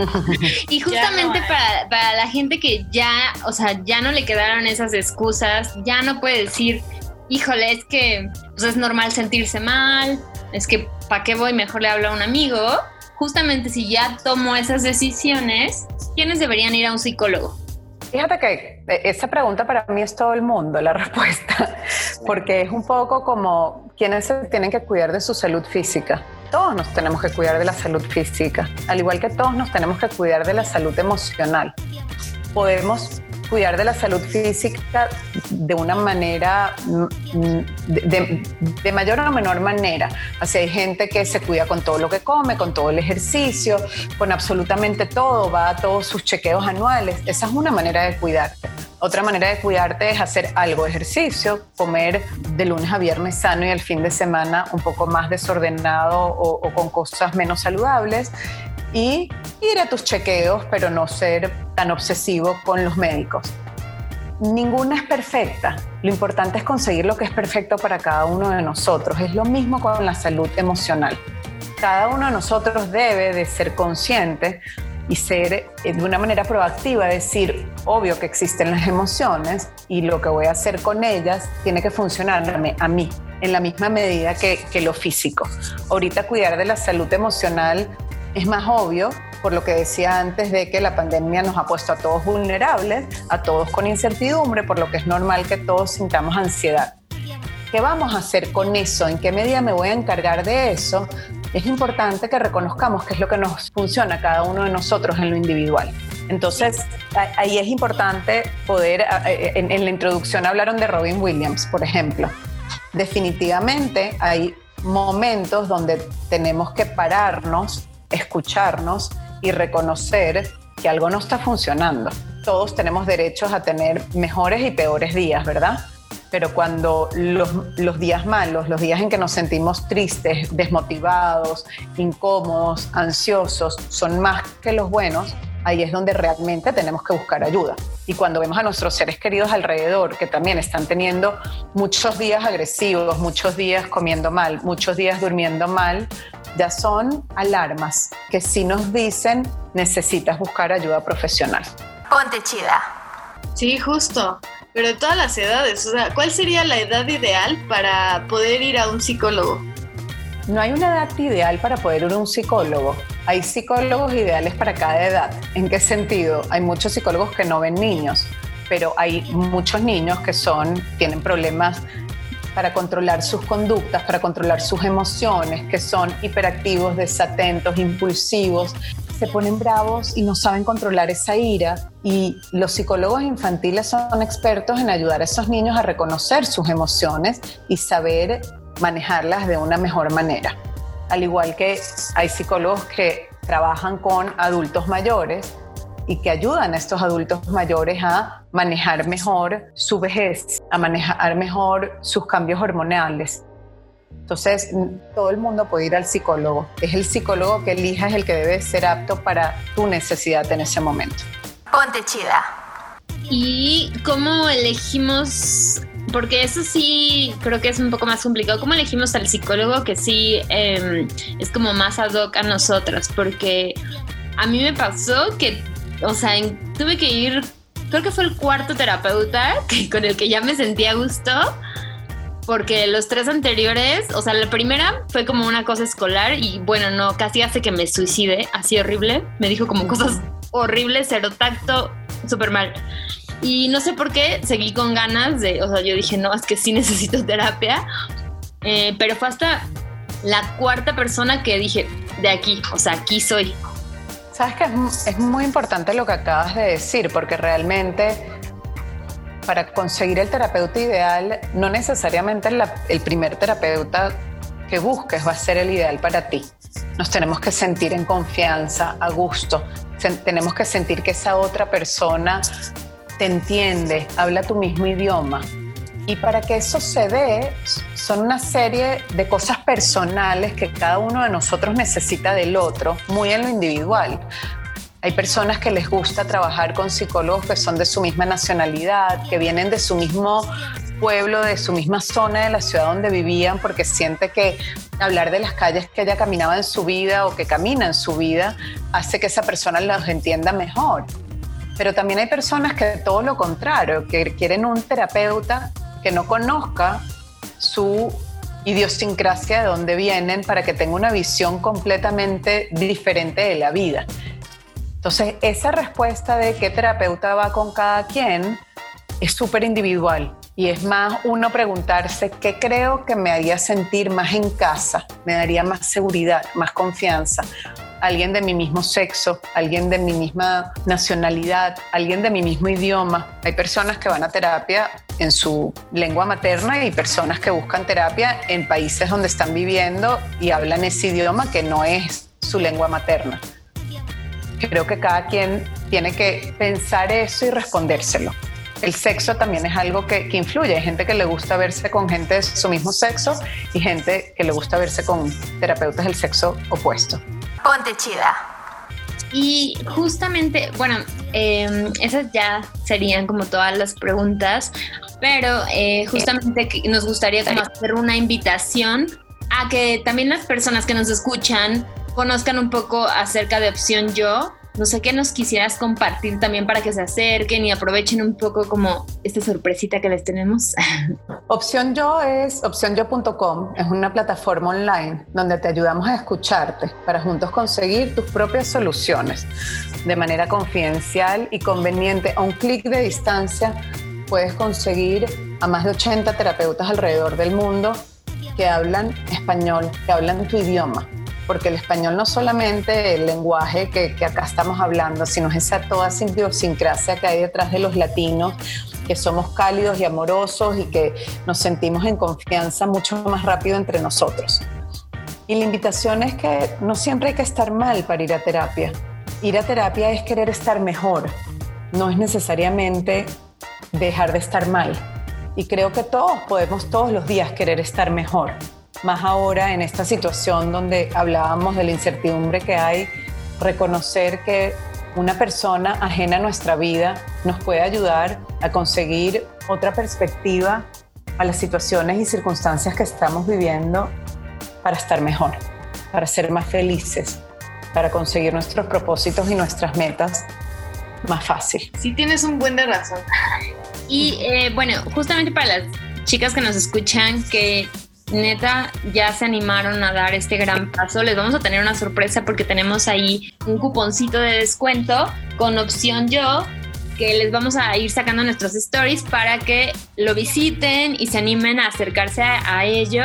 Y justamente no, para, para la gente que ya, o sea, ya no le quedaron esas excusas, ya no puede decir, híjole, es que pues es normal sentirse mal, es que ¿para qué voy? Mejor le hablo a un amigo. Justamente si ya tomo esas decisiones, ¿quiénes deberían ir a un psicólogo?
Fíjate que esa pregunta para mí es todo el mundo, la respuesta, porque es un poco como quiénes se tienen que cuidar de su salud física. Todos nos tenemos que cuidar de la salud física, al igual que todos nos tenemos que cuidar de la salud emocional. Podemos cuidar de la salud física de una manera, de, de, de mayor o menor manera. Así hay gente que se cuida con todo lo que come, con todo el ejercicio, con absolutamente todo, va a todos sus chequeos anuales. Esa es una manera de cuidarte. Otra manera de cuidarte es hacer algo de ejercicio, comer de lunes a viernes sano y el fin de semana un poco más desordenado o, o con cosas menos saludables. Y ir a tus chequeos, pero no ser tan obsesivo con los médicos. Ninguna es perfecta. Lo importante es conseguir lo que es perfecto para cada uno de nosotros. Es lo mismo con la salud emocional. Cada uno de nosotros debe de ser consciente y ser de una manera proactiva, decir, obvio que existen las emociones y lo que voy a hacer con ellas tiene que funcionarme a mí en la misma medida que, que lo físico. Ahorita cuidar de la salud emocional Es más obvio, por lo que decía antes, de que la pandemia nos ha puesto a todos vulnerables, a todos con incertidumbre, por lo que es normal que todos sintamos ansiedad. ¿Qué vamos a hacer con eso? ¿En qué medida me voy a encargar de eso? Es importante que reconozcamos qué es lo que nos funciona a cada uno de nosotros en lo individual. Entonces, ahí es importante poder, en, en la introducción hablaron de Robin Williams, por ejemplo. Definitivamente hay momentos donde tenemos que pararnos, escucharnos y reconocer que algo no está funcionando. Todos tenemos derechos a tener mejores y peores días, ¿verdad? Pero cuando los, los días malos, los días en que nos sentimos tristes, desmotivados, incómodos, ansiosos, son más que los buenos, ahí es donde realmente tenemos que buscar ayuda. Y cuando vemos a nuestros seres queridos alrededor, que también están teniendo muchos días agresivos, muchos días comiendo mal, muchos días durmiendo mal, ya son alarmas que sí nos dicen: necesitas buscar ayuda profesional.
Ponte chida.
Sí, justo. Pero de todas las edades, o sea, ¿cuál sería la edad ideal para poder ir a un psicólogo?
No hay una edad ideal para poder ir a un psicólogo. Hay psicólogos ideales para cada edad. ¿En qué sentido? Hay muchos psicólogos que no ven niños, pero hay muchos niños que son, tienen problemas para controlar sus conductas, para controlar sus emociones, que son hiperactivos, desatentos, impulsivos, se ponen bravos y no saben controlar esa ira. Y los psicólogos infantiles son expertos en ayudar a esos niños a reconocer sus emociones y saber manejarlas de una mejor manera. Al igual que hay psicólogos que trabajan con adultos mayores y que ayudan a estos adultos mayores a manejar mejor su vejez, a manejar mejor sus cambios hormonales. Entonces, todo el mundo puede ir al psicólogo. Es el psicólogo que elijas el que debe ser apto para tu necesidad en ese momento.
Ponte chida.
¿Y cómo elegimos? Porque eso sí creo que es un poco más complicado. ¿Cómo elegimos al psicólogo que sí eh, es como más ad hoc a nosotras? Porque a mí me pasó que, o sea, en, tuve que ir, creo que fue el cuarto terapeuta que, con el que ya me sentía a gusto, porque los tres anteriores, o sea, la primera fue como una cosa escolar y bueno, no, casi hace que me suicide, así horrible. Me dijo como cosas horribles, cero tacto, súper mal. Y no sé por qué seguí con ganas de, o sea, yo dije, no, es que sí necesito terapia. Eh, pero fue hasta la cuarta persona que dije, de aquí, o sea, aquí soy.
Sabes que es, es muy importante lo que acabas de decir, porque realmente para conseguir el terapeuta ideal, no necesariamente la, el primer terapeuta que busques va a ser el ideal para ti. Nos tenemos que sentir en confianza, a gusto. Se, tenemos que sentir que esa otra persona te entiende, habla tu mismo idioma. Y para que eso se dé, son una serie de cosas personales que cada uno de nosotros necesita del otro, muy en lo individual. Hay personas que les gusta trabajar con psicólogos que son de su misma nacionalidad, que vienen de su mismo pueblo, de su misma zona de la ciudad donde vivían, porque siente que hablar de las calles que ella caminaba en su vida o que camina en su vida hace que esa persona los entienda mejor. Pero también hay personas que todo lo contrario, que quieren un terapeuta que no conozca su idiosincrasia de dónde vienen para que tenga una visión completamente diferente de la vida. Entonces, esa respuesta de qué terapeuta va con cada quien es súper individual y es más uno preguntarse qué creo que me haría sentir más en casa, me daría más seguridad, más confianza. Alguien de mi mismo sexo, alguien de mi misma nacionalidad, alguien de mi mismo idioma. Hay personas que van a terapia en su lengua materna y personas que buscan terapia en países donde están viviendo y hablan ese idioma que no es su lengua materna. Creo que cada quien tiene que pensar eso y respondérselo. El sexo también es algo que, que influye. Hay gente que le gusta verse con gente de su mismo sexo y gente que le gusta verse con terapeutas del sexo opuesto.
Ponte chida.
Y justamente, bueno, eh, esas ya serían como todas las preguntas, pero eh, justamente nos gustaría como hacer una invitación a que también las personas que nos escuchan conozcan un poco acerca de Opción Yo,
no sé qué nos quisieras compartir también para que se acerquen y aprovechen un poco como esta sorpresita que les tenemos.
Opción Yo es opción yo punto com, es una plataforma online donde te ayudamos a escucharte para juntos conseguir tus propias soluciones de manera confidencial y conveniente. A un clic de distancia puedes conseguir a más de ochenta terapeutas alrededor del mundo que hablan español, que hablan tu idioma. Porque el español no solamente el lenguaje que, que acá estamos hablando, sino es esa toda idiosincrasia que hay detrás de los latinos, que somos cálidos y amorosos y que nos sentimos en confianza mucho más rápido entre nosotros. Y la invitación es que no siempre hay que estar mal para ir a terapia. Ir a terapia es querer estar mejor, no es necesariamente dejar de estar mal. Y creo que todos podemos todos los días querer estar mejor. Más ahora en esta situación donde hablábamos de la incertidumbre que hay, reconocer que una persona ajena a nuestra vida nos puede ayudar a conseguir otra perspectiva a las situaciones y circunstancias que estamos viviendo para estar mejor, para ser más felices, para conseguir nuestros propósitos y nuestras metas más fácil.
Sí, tienes un buen de razón.
Y eh, bueno, justamente para las chicas que nos escuchan que neta ya se animaron a dar este gran paso, les vamos a tener una sorpresa porque tenemos ahí un cuponcito de descuento con Opción Yo que les vamos a ir sacando en nuestros stories para que lo visiten y se animen a acercarse a, a ellos.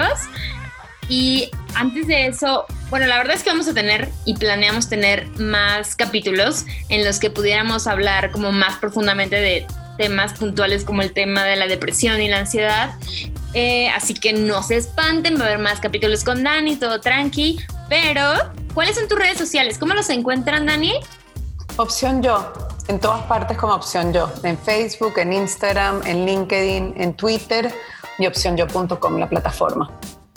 Y antes de eso, bueno, la verdad es que vamos a tener y planeamos tener más capítulos en los que pudiéramos hablar como más profundamente de temas puntuales como el tema de la depresión y la ansiedad. Eh, así que no se espanten, va a haber más capítulos con Dani, todo tranqui. Pero, ¿cuáles son tus redes sociales? ¿Cómo los encuentran, Dani?
Opción Yo, en todas partes como Opción Yo. En Facebook, en Instagram, en LinkedIn, en Twitter y opción yo punto com, la plataforma.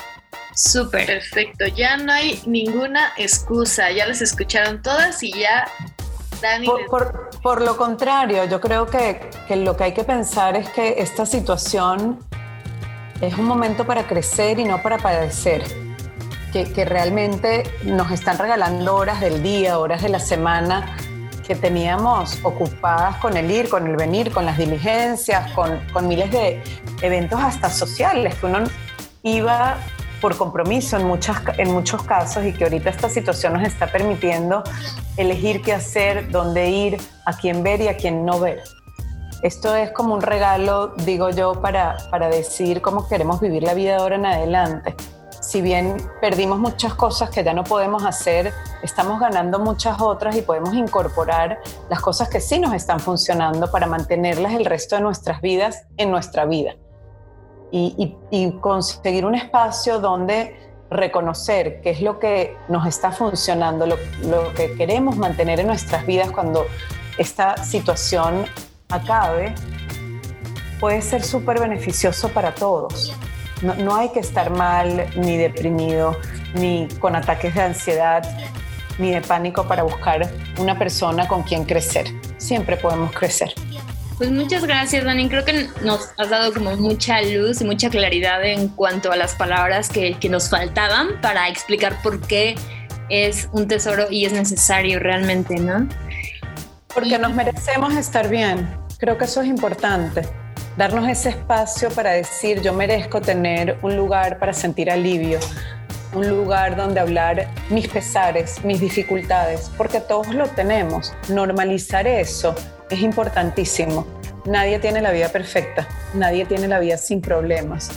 Súper.
Perfecto, ya no hay ninguna excusa, ya las escucharon todas y ya Dani...
Por,
les...
por, por lo contrario, yo creo que, que lo que hay que pensar es que esta situación es un momento para crecer y no para padecer, que, que realmente nos están regalando horas del día, horas de la semana que teníamos ocupadas con el ir, con el venir, con las diligencias, con, con miles de eventos hasta sociales que uno iba por compromiso en, muchas, en muchos casos y que ahorita esta situación nos está permitiendo elegir qué hacer, dónde ir, a quién ver y a quién no ver. Esto es como un regalo, digo yo, para, para decidir cómo queremos vivir la vida de ahora en adelante. Si bien perdimos muchas cosas que ya no podemos hacer, estamos ganando muchas otras y podemos incorporar las cosas que sí nos están funcionando para mantenerlas el resto de nuestras vidas en nuestra vida. Y, y, y conseguir un espacio donde reconocer qué es lo que nos está funcionando, lo, lo que queremos mantener en nuestras vidas cuando esta situación acabe, puede ser súper beneficioso para todos. No, no hay que estar mal, ni deprimido, ni con ataques de ansiedad, ni de pánico para buscar una persona con quien crecer. Siempre podemos crecer.
Pues muchas gracias, Dani. Creo que nos has dado como mucha luz y mucha claridad en cuanto a las palabras que, que nos faltaban para explicar por qué es un tesoro y es necesario realmente, ¿no?
Porque nos merecemos estar bien. Creo que eso es importante. Darnos ese espacio para decir, yo merezco tener un lugar para sentir alivio, un lugar donde hablar mis pesares, mis dificultades, porque todos lo tenemos. Normalizar eso es importantísimo. Nadie tiene la vida perfecta, nadie tiene la vida sin problemas.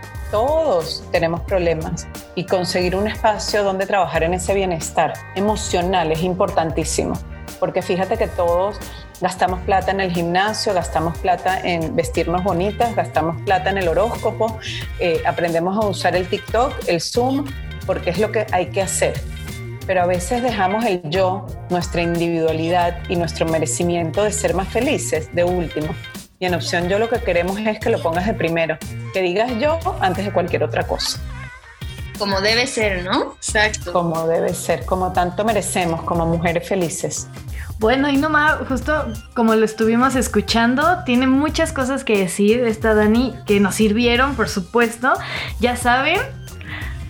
Todos tenemos problemas y conseguir un espacio donde trabajar en ese bienestar emocional es importantísimo. Porque fíjate que todos gastamos plata en el gimnasio, gastamos plata en vestirnos bonitas, gastamos plata en el horóscopo, eh, aprendemos a usar el TikTok, el Zoom, porque es lo que hay que hacer. Pero a veces dejamos el yo, nuestra individualidad y nuestro merecimiento de ser más felices de último. Y en Opción Yo lo que queremos es que lo pongas de primero, que digas yo antes de cualquier otra cosa.
Como debe ser, ¿no?
Exacto.
Como debe ser, como tanto merecemos como mujeres felices.
Bueno, y nomás, justo como lo estuvimos escuchando, tiene muchas cosas que decir esta Dani que nos sirvieron, por supuesto. Ya saben,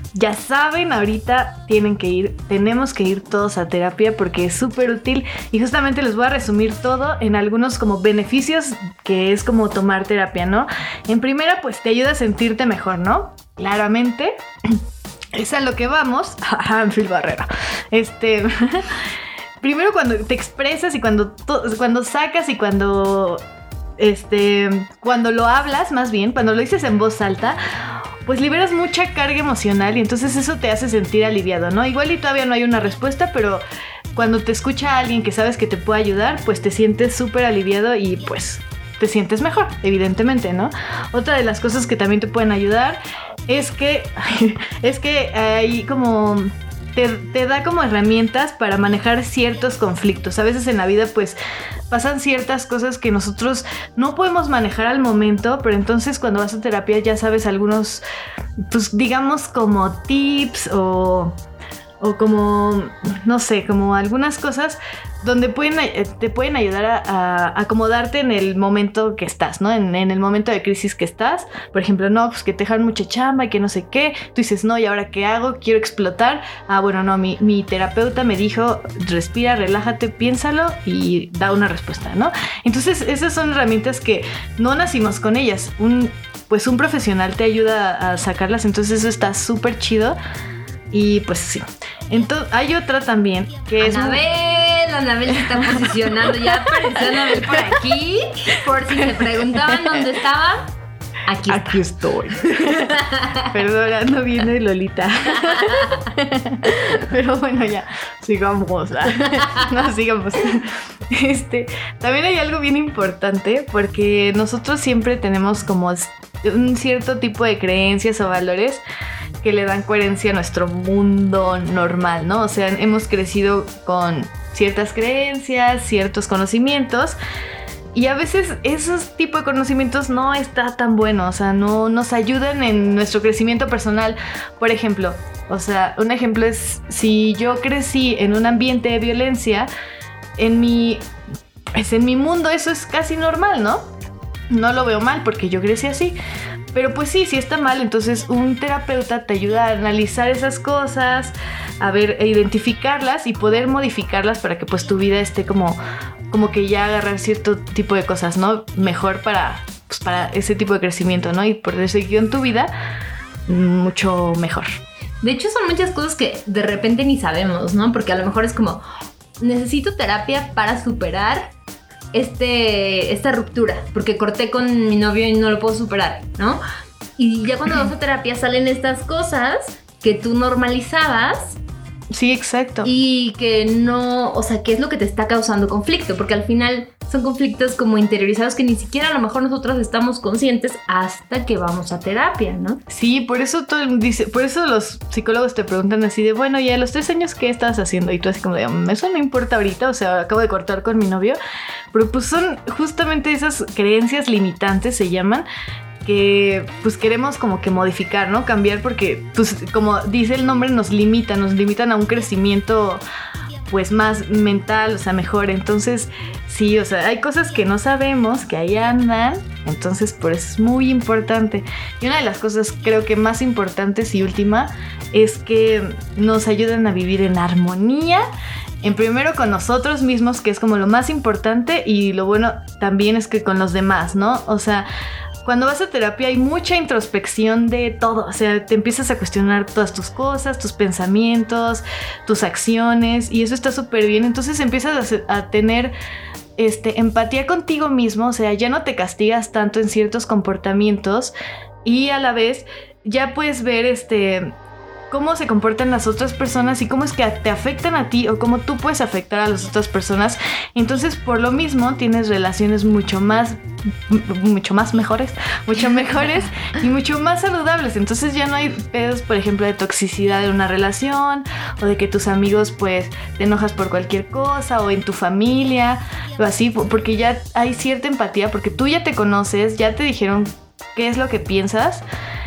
ya saben, ahorita tienen que ir, tenemos que ir todos a terapia porque es súper útil y justamente les voy a resumir todo en algunos como beneficios que es como tomar terapia, ¿no? En primera, pues te ayuda a sentirte mejor, ¿no? Claramente, es a lo que vamos. Phil Barrera. Este... Primero cuando te expresas y cuando, cuando sacas y cuando, este, cuando lo hablas, más bien, cuando lo dices en voz alta, pues liberas mucha carga emocional y entonces eso te hace sentir aliviado, ¿no? Igual y todavía no hay una respuesta, pero cuando te escucha alguien que sabes que te puede ayudar, pues te sientes súper aliviado y pues te sientes mejor, evidentemente, ¿no? Otra de las cosas que también te pueden ayudar es que, es que hay como... Te, te da como herramientas para manejar ciertos conflictos. A veces en la vida pues pasan ciertas cosas que nosotros no podemos manejar al momento, pero entonces cuando vas a terapia ya sabes algunos, pues digamos como tips o, o como, no sé, como algunas cosas donde pueden, te pueden ayudar a, a acomodarte en el momento que estás, ¿no? En, en el momento de crisis que estás. Por ejemplo, no, pues que te dejan mucha chamba y que no sé qué. Tú dices, no, ¿y ahora qué hago? Quiero explotar. Ah, bueno, no, mi, mi terapeuta me dijo, respira, relájate, piénsalo y da una respuesta, ¿no? Entonces, esas son herramientas que no nacimos con ellas. Un, pues un profesional te ayuda a sacarlas, entonces eso está súper chido. Y pues sí. Entonces, hay otra también que es...
Anabel, Anabel se está posicionando. Ya apareció Anabel por aquí. Por si se preguntaban dónde estaba. Aquí,
aquí estoy. Perdón, ando viendo Lolita. Pero bueno, ya, sigamos. No, sigamos. Este, también hay algo bien importante porque nosotros siempre tenemos como un cierto tipo de creencias o valores que le dan coherencia a nuestro mundo normal, ¿no? O sea, hemos crecido con ciertas creencias, ciertos conocimientos. Y a veces esos tipos de conocimientos no está tan buenos, o sea, no nos ayudan en nuestro crecimiento personal. Por ejemplo, o sea, un ejemplo es si yo crecí en un ambiente de violencia, en mi, pues en mi mundo eso es casi normal, ¿no? No lo veo mal porque yo crecí así. Pero pues sí, sí está mal, entonces un terapeuta te ayuda a analizar esas cosas, a ver, a identificarlas y poder modificarlas para que pues tu vida esté como, como que ya agarrar cierto tipo de cosas, ¿no? Mejor para, pues, para ese tipo de crecimiento, ¿no? Y por seguir en tu vida, mucho mejor.
De hecho son muchas cosas que de repente ni sabemos, ¿no? Porque a lo mejor es como, necesito terapia para superar Este, esta ruptura, porque corté con mi novio y no lo puedo superar, ¿no? Y ya cuando vas a terapia salen estas cosas que tú normalizabas.
Sí, exacto.
Y que no, o sea, ¿qué es lo que te está causando conflicto? Porque al final son conflictos como interiorizados que ni siquiera a lo mejor nosotros estamos conscientes hasta que vamos a terapia, ¿no?
Sí, por eso todo dice, por eso los psicólogos te preguntan así de, bueno, ya a los tres años, ¿qué estabas haciendo? Y tú así como de, eso no importa ahorita, o sea, acabo de cortar con mi novio. Pero pues son justamente esas creencias limitantes, se llaman, que pues queremos como que modificar, ¿no? Cambiar porque, pues como dice el nombre, nos limita, nos limitan a un crecimiento pues más mental, o sea, mejor. Entonces, sí, o sea, hay cosas que no sabemos, que ahí andan, entonces por eso es muy importante. Y una de las cosas creo que más importantes y última es que nos ayudan a vivir en armonía. En primero con nosotros mismos, que es como lo más importante, y lo bueno también es que con los demás, ¿no? O sea, cuando vas a terapia hay mucha introspección de todo, o sea, te empiezas a cuestionar todas tus cosas, tus pensamientos, tus acciones, y eso está súper bien. Entonces empiezas a, a tener este, empatía contigo mismo, o sea, ya no te castigas tanto en ciertos comportamientos y a la vez ya puedes ver este... cómo se comportan las otras personas y cómo es que te afectan a ti o cómo tú puedes afectar a las otras personas. Entonces, por lo mismo, tienes relaciones mucho más, mucho más mejores, mucho mejores y mucho más saludables. Entonces ya no hay pedos, por ejemplo, de toxicidad en una relación o de que tus amigos, pues, te enojas por cualquier cosa o en tu familia o así, porque ya hay cierta empatía, porque tú ya te conoces, ya te dijeron qué es lo que piensas.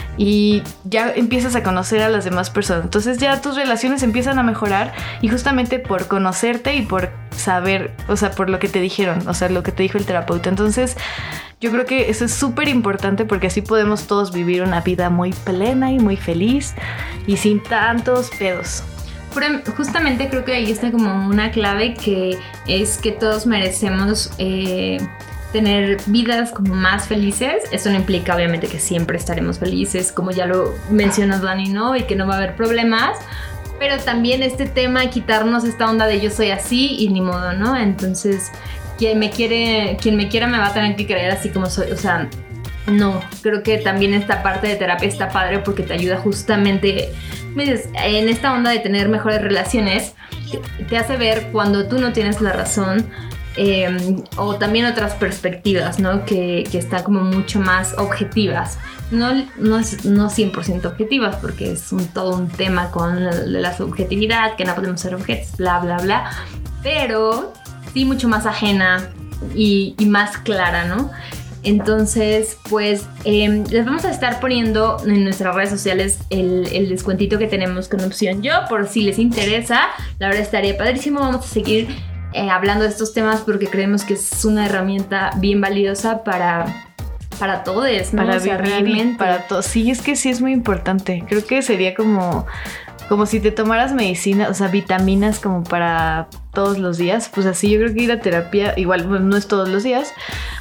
Y ya empiezas a conocer a las demás personas. Entonces ya tus relaciones empiezan a mejorar. Y justamente por conocerte y por saber, o sea, por lo que te dijeron, o sea, lo que te dijo el terapeuta. Entonces, yo creo que eso es súper importante porque así podemos todos vivir una vida muy plena y muy feliz y sin tantos pedos.
Pero justamente creo que ahí está como una clave, que es que todos merecemos eh, tener vidas como más felices. Eso no implica obviamente que siempre estaremos felices, como ya lo mencionó Dani, ¿no? Y que no va a haber problemas. Pero también este tema de quitarnos esta onda de yo soy así y ni modo, ¿no? Entonces, quien me quiere, quien me quiera me va a tener que creer así como soy. O sea, no, creo que también esta parte de terapia está padre porque te ayuda justamente en esta onda de tener mejores relaciones. Te hace ver cuando tú no tienes la razón, eh, o también otras perspectivas, ¿no? Que, que están como mucho más objetivas. No, no, es, no cien por ciento objetivas porque es un, todo un tema con la, la subjetividad, que no podemos ser objetos, bla, bla, bla. Pero sí mucho más ajena y, y más clara, ¿no? Entonces, pues eh, les vamos a estar poniendo en nuestras redes sociales el, el descuentito que tenemos con Opción Yo, por si les interesa. La verdad estaría padrísimo. Vamos a seguir eh, hablando de estos temas porque creemos que es una herramienta bien valiosa para, para todos, ¿no?
Para
o sea,
vivir,
realmente.
Para todos. Sí, es que sí es muy importante. Creo que sería como... Como si te tomaras medicina, o sea, vitaminas como para todos los días. Pues así yo creo que ir a terapia, igual bueno, no es todos los días,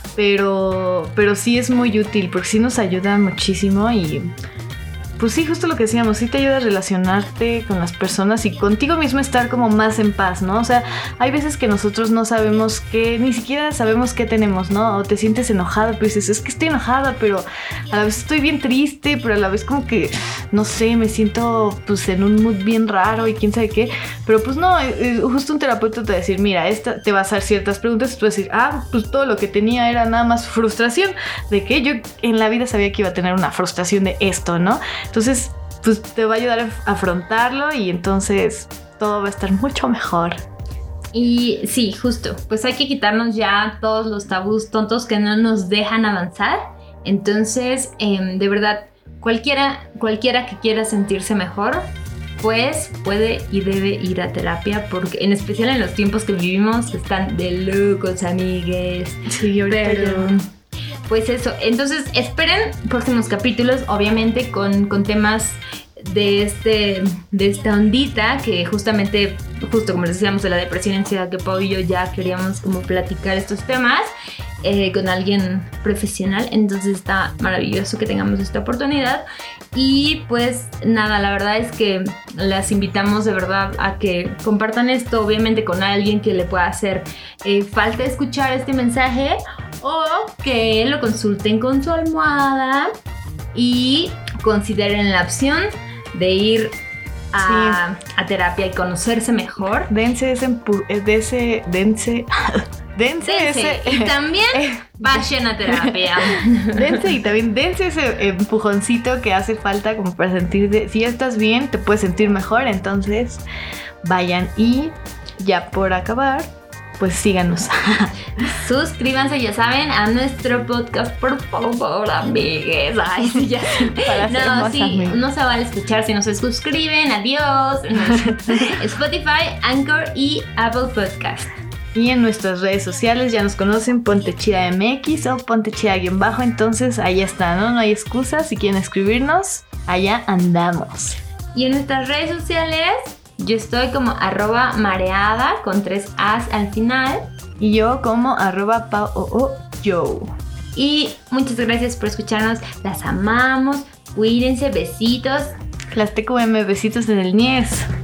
pero, pero sí es muy útil porque sí nos ayuda muchísimo y... Pues sí, justo lo que decíamos, sí te ayuda a relacionarte con las personas y contigo mismo estar como más en paz, ¿no? O sea, hay veces que nosotros no sabemos qué, ni siquiera sabemos qué tenemos, ¿no? O te sientes enojada, pues dices, es que estoy enojada, pero a la vez estoy bien triste, pero a la vez como que, no sé, me siento pues en un mood bien raro y quién sabe qué. Pero pues no, justo un terapeuta te va a decir, mira, esta, te va a hacer ciertas preguntas y tú vas a decir, ah, pues todo lo que tenía era nada más frustración. ¿De qué? Yo en la vida sabía que iba a tener una frustración de esto, ¿no? Entonces, pues te va a ayudar a afrontarlo y entonces todo va a estar mucho mejor.
Y sí, justo, pues hay que quitarnos ya todos los tabús tontos que no nos dejan avanzar. Entonces, eh, de verdad, cualquiera, cualquiera que quiera sentirse mejor, pues puede y debe ir a terapia, porque en especial en los tiempos que vivimos están de locos, amigues.
Sí, ahorita
pero...
ya.
Pues eso, entonces esperen próximos capítulos, obviamente con, con temas de este de esta ondita, que justamente, justo como les decíamos, de la depresión y ansiedad, que Pau y yo ya queríamos como platicar estos temas eh, con alguien profesional. Entonces está maravilloso que tengamos esta oportunidad. Y pues nada, la verdad es que las invitamos de verdad a que compartan esto, obviamente con alguien que le pueda hacer eh, falta escuchar este mensaje, o que lo consulten con su almohada y consideren la opción de ir a, sí. a terapia y conocerse mejor.
Dense ese empu- de ese dense dense,
dense
ese
y también eh, vayan a terapia.
Dense y también dense ese empujoncito que hace falta como para sentir de, si ya estás bien, te puedes sentir mejor, entonces vayan. Y ya por acabar, pues síganos.
Suscríbanse, ya saben, a nuestro podcast, por favor, amigues. Ay, sí, ya.
Para
no, sí,
amigos.
No se vale escuchar si no se suscriben. Adiós. Spotify, Anchor y Apple Podcast.
Y en nuestras redes sociales ya nos conocen, Ponte Chida M X o Ponte Chida-bajo. Entonces ahí está, ¿no? No hay excusa. Si quieren escribirnos, allá andamos.
Y en nuestras redes sociales, yo estoy como arroba mareada con tres A's al final.
Y yo como arroba paooyo.
Y muchas gracias por escucharnos. Las amamos. Cuídense. Besitos.
Las T Q M, besitos en el Nies.